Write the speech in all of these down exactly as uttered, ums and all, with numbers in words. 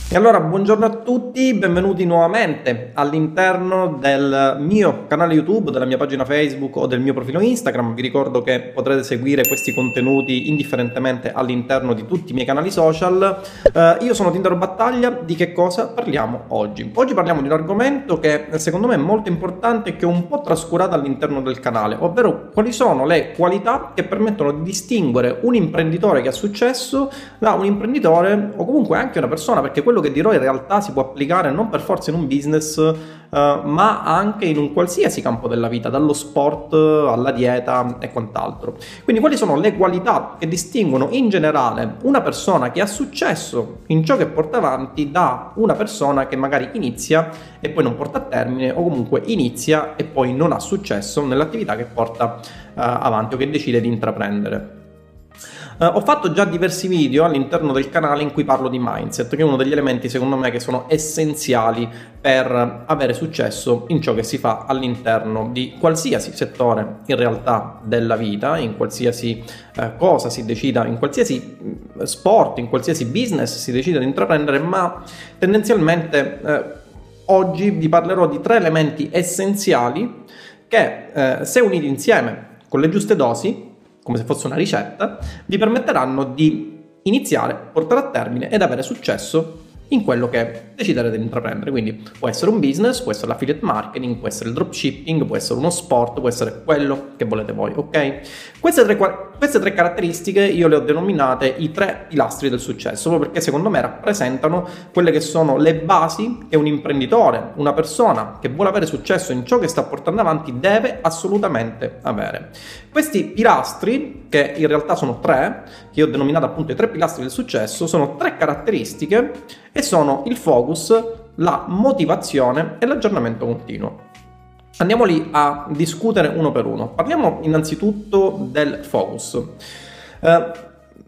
E allora, buongiorno a tutti, benvenuti nuovamente all'interno del mio canale YouTube, della mia pagina Facebook o del mio profilo Instagram. Vi ricordo che potrete seguire questi contenuti indifferentemente all'interno di tutti i miei canali social. Eh, io sono Tindaro Battaglia. Di che cosa parliamo oggi? Oggi parliamo di un argomento che secondo me è molto importante e che è un po' trascurato all'interno del canale, ovvero quali sono le qualità che permettono di distinguere un imprenditore che ha successo da un imprenditore o comunque anche una persona, perché quello che dirò in realtà si può applicare non per forza in un business, uh, ma anche in un qualsiasi campo della vita, dallo sport alla dieta e quant'altro. Quindi quali sono le qualità che distinguono in generale una persona che ha successo in ciò che porta avanti da una persona che magari inizia e poi non porta a termine, o comunque inizia e poi non ha successo nell'attività che porta uh, avanti o che decide di intraprendere. Uh, ho fatto già diversi video all'interno del canale in cui parlo di mindset, che è uno degli elementi secondo me che sono essenziali per avere successo in ciò che si fa all'interno di qualsiasi settore in realtà della vita, in qualsiasi uh, cosa si decida, in qualsiasi sport, in qualsiasi business si decida di intraprendere, ma tendenzialmente uh, oggi vi parlerò di tre elementi essenziali che uh, se uniti insieme con le giuste dosi, come se fosse una ricetta, vi permetteranno di iniziare, portare a termine ed avere successo in quello che deciderete di intraprendere. Quindi può essere un business, può essere l'affiliate marketing, può essere il dropshipping, può essere uno sport, può essere quello che volete voi, ok? Queste tre, queste tre caratteristiche io le ho denominate i tre pilastri del successo, proprio perché secondo me rappresentano quelle che sono le basi che un imprenditore, una persona che vuole avere successo in ciò che sta portando avanti deve assolutamente avere. Questi pilastri, che in realtà sono tre, che io ho denominato appunto i tre pilastri del successo, sono tre caratteristiche e sono il focus, la motivazione e l'aggiornamento continuo. Andiamoli a discutere uno per uno. Parliamo innanzitutto del focus. Eh,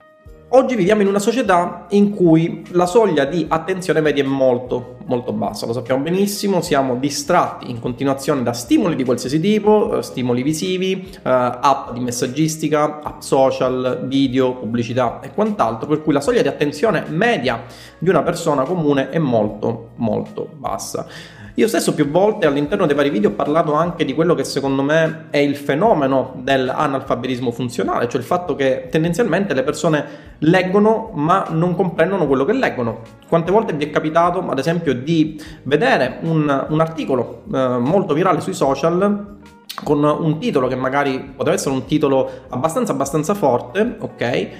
Oggi viviamo in una società in cui la soglia di attenzione media è molto, molto bassa, lo sappiamo benissimo, siamo distratti in continuazione da stimoli di qualsiasi tipo, stimoli visivi, eh, app di messaggistica, app social, video, pubblicità e quant'altro, per cui la soglia di attenzione media di una persona comune è molto, molto bassa. Io stesso più volte all'interno dei vari video ho parlato anche di quello che secondo me è il fenomeno dell'analfabetismo funzionale, cioè il fatto che tendenzialmente le persone leggono ma non comprendono quello che leggono. Quante volte vi è capitato ad esempio di vedere un, un articolo eh, molto virale sui social con un titolo che magari poteva essere un titolo abbastanza abbastanza forte, ok?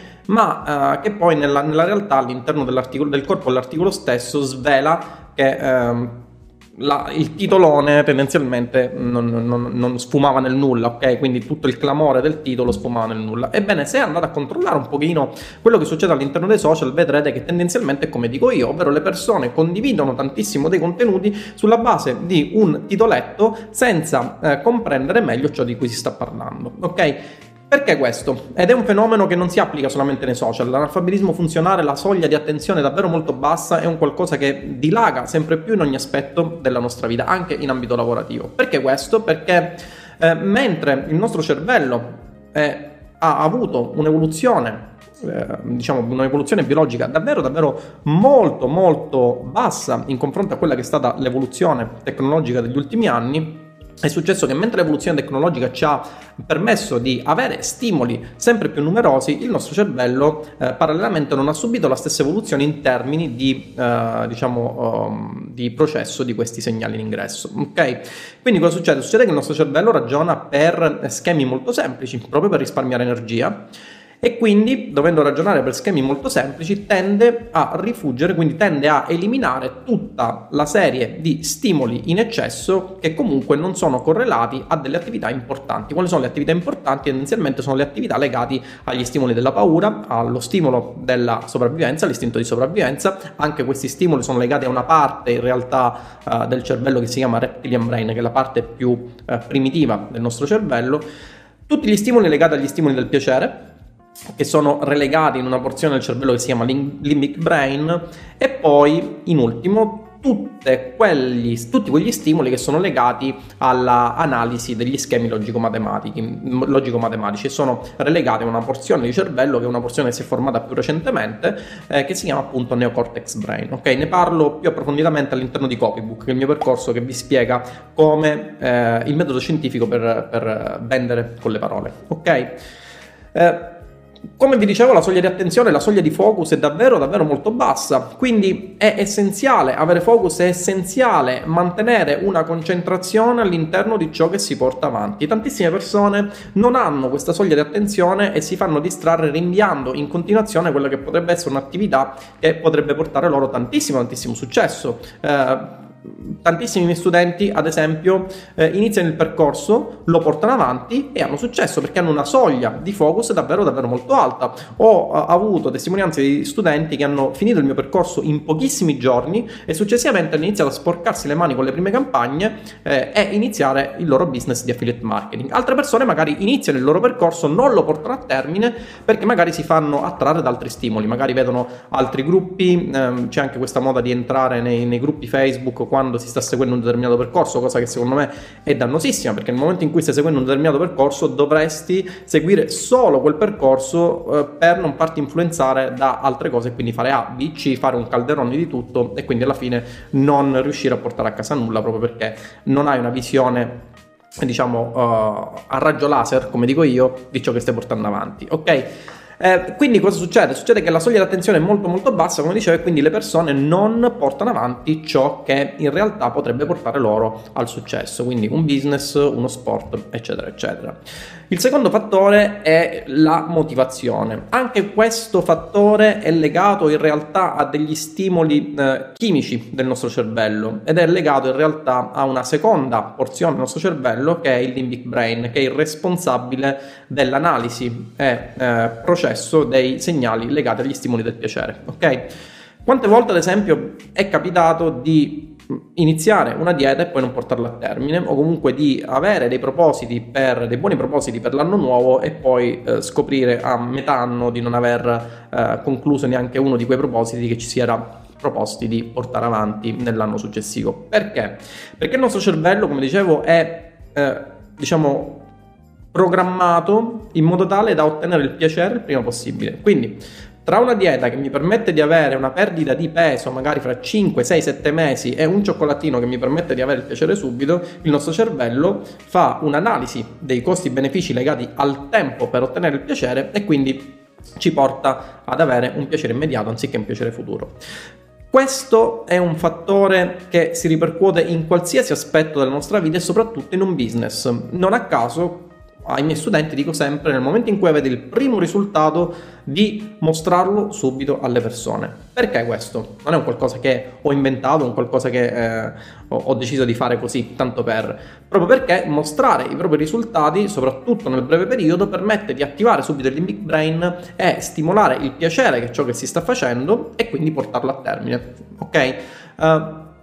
Ma eh, che poi nella, nella realtà all'interno dell'articolo, del corpo dell'articolo stesso svela che eh, La, il titolone tendenzialmente non, non, non sfumava nel nulla, ok? Quindi tutto il clamore del titolo sfumava nel nulla. Ebbene, se andate a controllare un pochino quello che succede all'interno dei social, vedrete che tendenzialmente è come dico io, ovvero le persone condividono tantissimo dei contenuti sulla base di un titoletto senza eh, comprendere meglio ciò di cui si sta parlando, ok? Perché questo? Ed è un fenomeno che non si applica solamente nei social. L'analfabetismo funzionale, la soglia di attenzione è davvero molto bassa, è un qualcosa che dilaga sempre più in ogni aspetto della nostra vita, anche in ambito lavorativo. Perché questo? Perché eh, mentre il nostro cervello eh, ha avuto un'evoluzione, eh, diciamo un'evoluzione biologica davvero davvero molto molto bassa in confronto a quella che è stata l'evoluzione tecnologica degli ultimi anni, è successo che mentre l'evoluzione tecnologica ci ha permesso di avere stimoli sempre più numerosi, il nostro cervello eh, parallelamente non ha subito la stessa evoluzione in termini di, eh, diciamo, um, di processo di questi segnali in ingresso. Okay? Quindi cosa succede? Succede che il nostro cervello ragiona per schemi molto semplici, proprio per risparmiare energia. E quindi, dovendo ragionare per schemi molto semplici, tende a rifuggire, quindi tende a eliminare tutta la serie di stimoli in eccesso che comunque non sono correlati a delle attività importanti. Quali sono le attività importanti? Tendenzialmente sono le attività legate agli stimoli della paura, allo stimolo della sopravvivenza, all'istinto di sopravvivenza. Anche questi stimoli sono legati a una parte in realtà uh, del cervello che si chiama reptilian brain, che è la parte più uh, primitiva del nostro cervello. Tutti gli stimoli legati agli stimoli del piacere, che sono relegati in una porzione del cervello che si chiama limbic brain, e poi in ultimo tutte quegli, tutti quegli stimoli che sono legati alla analisi degli schemi logico-matematici, logico-matematici e sono relegati a una porzione di cervello che è una porzione che si è formata più recentemente, eh, che si chiama appunto Neocortex Brain. Ok, ne parlo più approfonditamente all'interno di Copybook, che è il mio percorso che vi spiega come eh, il metodo scientifico per, per vendere con le parole. Ok? Eh, Come vi dicevo, la soglia di attenzione, la soglia di focus è davvero davvero molto bassa, quindi è essenziale avere focus, è essenziale mantenere una concentrazione all'interno di ciò che si porta avanti. Tantissime persone non hanno questa soglia di attenzione e si fanno distrarre rinviando in continuazione quella che potrebbe essere un'attività che potrebbe portare loro tantissimo tantissimo successo. Eh, Tantissimi miei studenti, ad esempio, eh, iniziano il percorso, lo portano avanti e hanno successo perché hanno una soglia di focus davvero davvero molto alta. Ho eh, avuto testimonianze di studenti che hanno finito il mio percorso in pochissimi giorni e successivamente hanno iniziato a sporcarsi le mani con le prime campagne eh, e iniziare il loro business di affiliate marketing. Altre persone magari iniziano il loro percorso, non lo portano a termine perché magari si fanno attrarre da altri stimoli, magari vedono altri gruppi, ehm, c'è anche questa moda di entrare nei, nei gruppi Facebook quando si sta seguendo un determinato percorso, cosa che secondo me è dannosissima, perché nel momento in cui stai seguendo un determinato percorso dovresti seguire solo quel percorso eh, per non farti influenzare da altre cose, quindi fare A, B, C, fare un calderone di tutto e quindi alla fine non riuscire a portare a casa nulla proprio perché non hai una visione, diciamo, uh, a raggio laser, come dico io, di ciò che stai portando avanti. Ok? Eh, quindi cosa succede? Succede che la soglia di attenzione è molto molto bassa, come dicevo, e quindi le persone non portano avanti ciò che in realtà potrebbe portare loro al successo, quindi un business, uno sport, eccetera eccetera. Il secondo fattore è la motivazione. Anche questo fattore è legato in realtà a degli stimoli eh, chimici del nostro cervello ed è legato in realtà a una seconda porzione del nostro cervello che è il limbic brain, che è il responsabile dell'analisi e eh, processo dei segnali legati agli stimoli del piacere. Ok? Quante volte, ad esempio, è capitato di iniziare una dieta e poi non portarla a termine, o comunque di avere dei propositi per dei buoni propositi per l'anno nuovo e poi eh, scoprire a metà anno di non aver eh, concluso neanche uno di quei propositi che ci si era proposti di portare avanti nell'anno successivo. Perché? Perché il nostro cervello, come dicevo, è eh, diciamo programmato in modo tale da ottenere il piacere il prima possibile. Quindi tra una dieta che mi permette di avere una perdita di peso magari fra cinque, sei, sette mesi e un cioccolatino che mi permette di avere il piacere subito, il nostro cervello fa un'analisi dei costi-benefici legati al tempo per ottenere il piacere e quindi ci porta ad avere un piacere immediato anziché un piacere futuro. Questo è un fattore che si ripercuote in qualsiasi aspetto della nostra vita e soprattutto in un business. Non a caso ai miei studenti dico sempre, nel momento in cui avete il primo risultato, di mostrarlo subito alle persone. Perché questo? Non è un qualcosa che ho inventato, un qualcosa che eh, ho, ho deciso di fare così, tanto per. Proprio perché mostrare i propri risultati, soprattutto nel breve periodo, permette di attivare subito il limbic brain e stimolare il piacere che è ciò che si sta facendo e quindi portarlo a termine. Ok? Uh,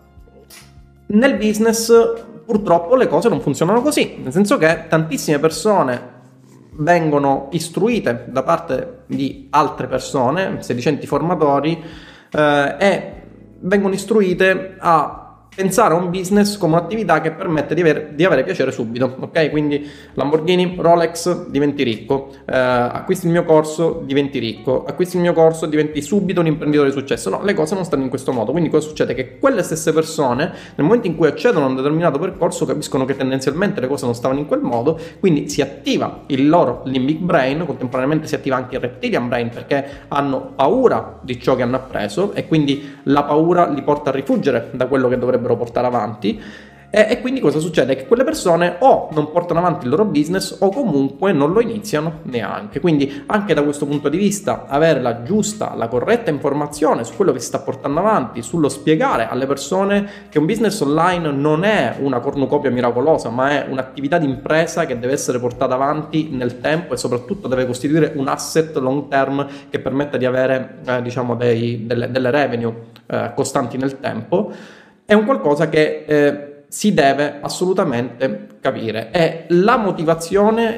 nel business purtroppo le cose non funzionano così, nel senso che tantissime persone vengono istruite da parte di altre persone, sedicenti formatori, eh, e vengono istruite a pensare a un business come un'attività che permette di avere, di avere piacere subito, ok? Quindi Lamborghini, Rolex, diventi ricco, eh, acquisti il mio corso, diventi ricco, acquisti il mio corso, diventi subito un imprenditore di successo. No, le cose non stanno in questo modo, quindi cosa succede? Che quelle stesse persone, nel momento in cui accedono a un determinato percorso, capiscono che tendenzialmente le cose non stavano in quel modo, quindi si attiva il loro limbic brain, contemporaneamente si attiva anche il reptilian brain, perché hanno paura di ciò che hanno appreso e quindi la paura li porta a rifuggire da quello che dovrebbero portare avanti e, e quindi cosa succede? Che quelle persone o non portano avanti il loro business o comunque non lo iniziano neanche. Quindi anche da questo punto di vista avere la giusta, la corretta informazione su quello che si sta portando avanti, sullo spiegare alle persone che un business online non è una cornucopia miracolosa, ma è un'attività di impresa che deve essere portata avanti nel tempo e soprattutto deve costituire un asset long term che permetta di avere eh, diciamo dei, delle, delle revenue eh, costanti nel tempo. È un qualcosa che eh, si deve assolutamente capire e la motivazione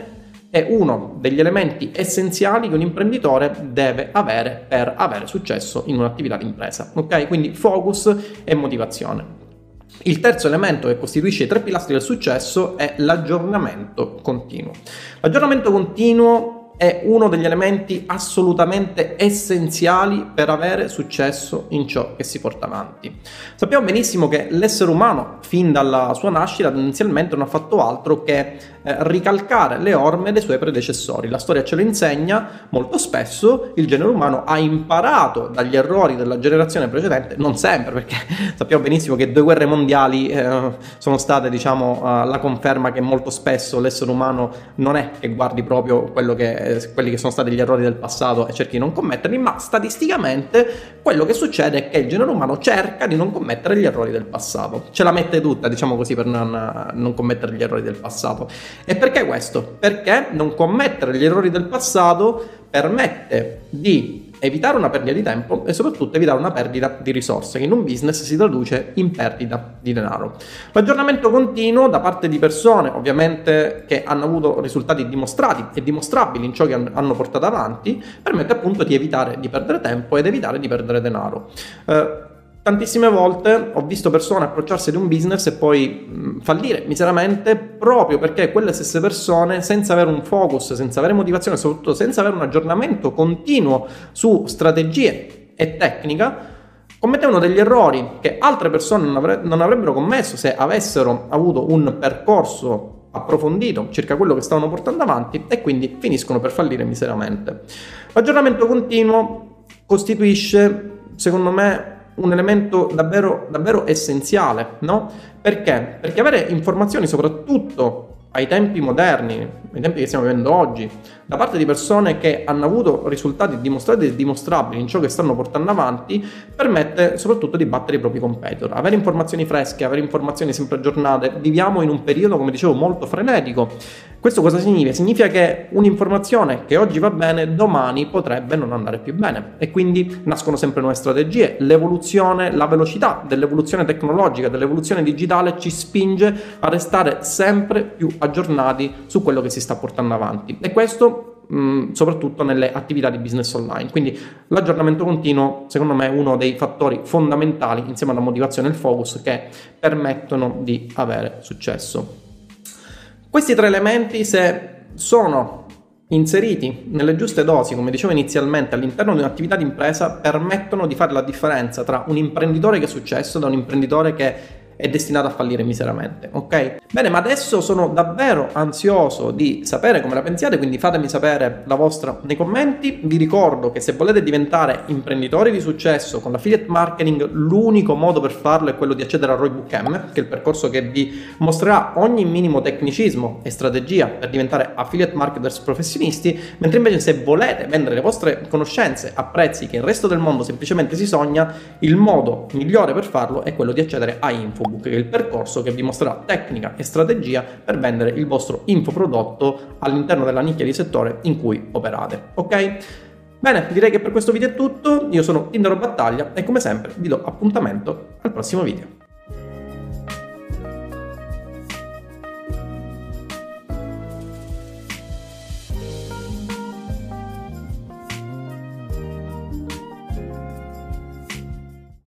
è uno degli elementi essenziali che un imprenditore deve avere per avere successo in un'attività di impresa, ok? Quindi focus e motivazione. Il terzo elemento che costituisce i tre pilastri del successo è l'aggiornamento continuo. L'aggiornamento continuo è uno degli elementi assolutamente essenziali per avere successo in ciò che si porta avanti. Sappiamo benissimo che l'essere umano, fin dalla sua nascita, tendenzialmente non ha fatto altro che eh, ricalcare le orme dei suoi predecessori. La storia ce lo insegna, molto spesso il genere umano ha imparato dagli errori della generazione precedente, non sempre, perché sappiamo benissimo che due guerre mondiali eh, sono state, diciamo, uh, la conferma che molto spesso l'essere umano non è che guardi proprio quello che quelli che sono stati gli errori del passato e cerchi di non commetterli, ma statisticamente quello che succede è che il genere umano cerca di non commettere gli errori del passato, ce la mette tutta, diciamo così, per non, non commettere gli errori del passato. E perché questo? Perché non commettere gli errori del passato permette di evitare una perdita di tempo e soprattutto evitare una perdita di risorse, che in un business si traduce in perdita di denaro. L'aggiornamento continuo da parte di persone, ovviamente, che hanno avuto risultati dimostrati e dimostrabili in ciò che hanno portato avanti, permette appunto di evitare di perdere tempo ed evitare di perdere denaro. Eh, Tantissime volte ho visto persone approcciarsi ad un business e poi mh, fallire miseramente proprio perché quelle stesse persone, senza avere un focus, senza avere motivazione e soprattutto senza avere un aggiornamento continuo su strategie e tecnica, commettevano degli errori che altre persone non, avre- non avrebbero commesso se avessero avuto un percorso approfondito circa quello che stavano portando avanti e quindi finiscono per fallire miseramente. L'aggiornamento continuo costituisce, secondo me, un elemento davvero, davvero essenziale, no? Perché? Perché avere informazioni, soprattutto ai tempi moderni, ai tempi che stiamo vivendo oggi, da parte di persone che hanno avuto risultati dimostrati e dimostrabili in ciò che stanno portando avanti, permette soprattutto di battere i propri competitor. Avere informazioni fresche, avere informazioni sempre aggiornate. Viviamo in un periodo, come dicevo, molto frenetico. Questo cosa significa? Significa che un'informazione che oggi va bene, domani potrebbe non andare più bene e quindi nascono sempre nuove strategie. L'evoluzione, la velocità dell'evoluzione tecnologica, dell'evoluzione digitale ci spinge a restare sempre più aggiornati su quello che si sta portando avanti e questo mh, soprattutto nelle attività di business online. Quindi l'aggiornamento continuo, secondo me, è uno dei fattori fondamentali insieme alla motivazione e il focus che permettono di avere successo. Questi tre elementi, se sono inseriti nelle giuste dosi, come dicevo inizialmente, all'interno di un'attività di impresa, permettono di fare la differenza tra un imprenditore che è successo da un imprenditore che è destinato a fallire miseramente, ok? Bene, ma adesso sono davvero ansioso di sapere come la pensiate, quindi fatemi sapere la vostra nei commenti. Vi ricordo che se volete diventare imprenditori di successo con l'affiliate marketing, l'unico modo per farlo è quello di accedere a Roybook M, che è il percorso che vi mostrerà ogni minimo tecnicismo e strategia per diventare affiliate marketers professionisti, mentre invece se volete vendere le vostre conoscenze a prezzi che il resto del mondo semplicemente si sogna, il modo migliore per farlo è quello di accedere a Info, che è il percorso che vi mostrerà tecnica e strategia per vendere il vostro infoprodotto all'interno della nicchia di settore in cui operate, ok? Bene, direi che per questo video è tutto. Io sono Tindaro Battaglia e come sempre vi do appuntamento al prossimo video.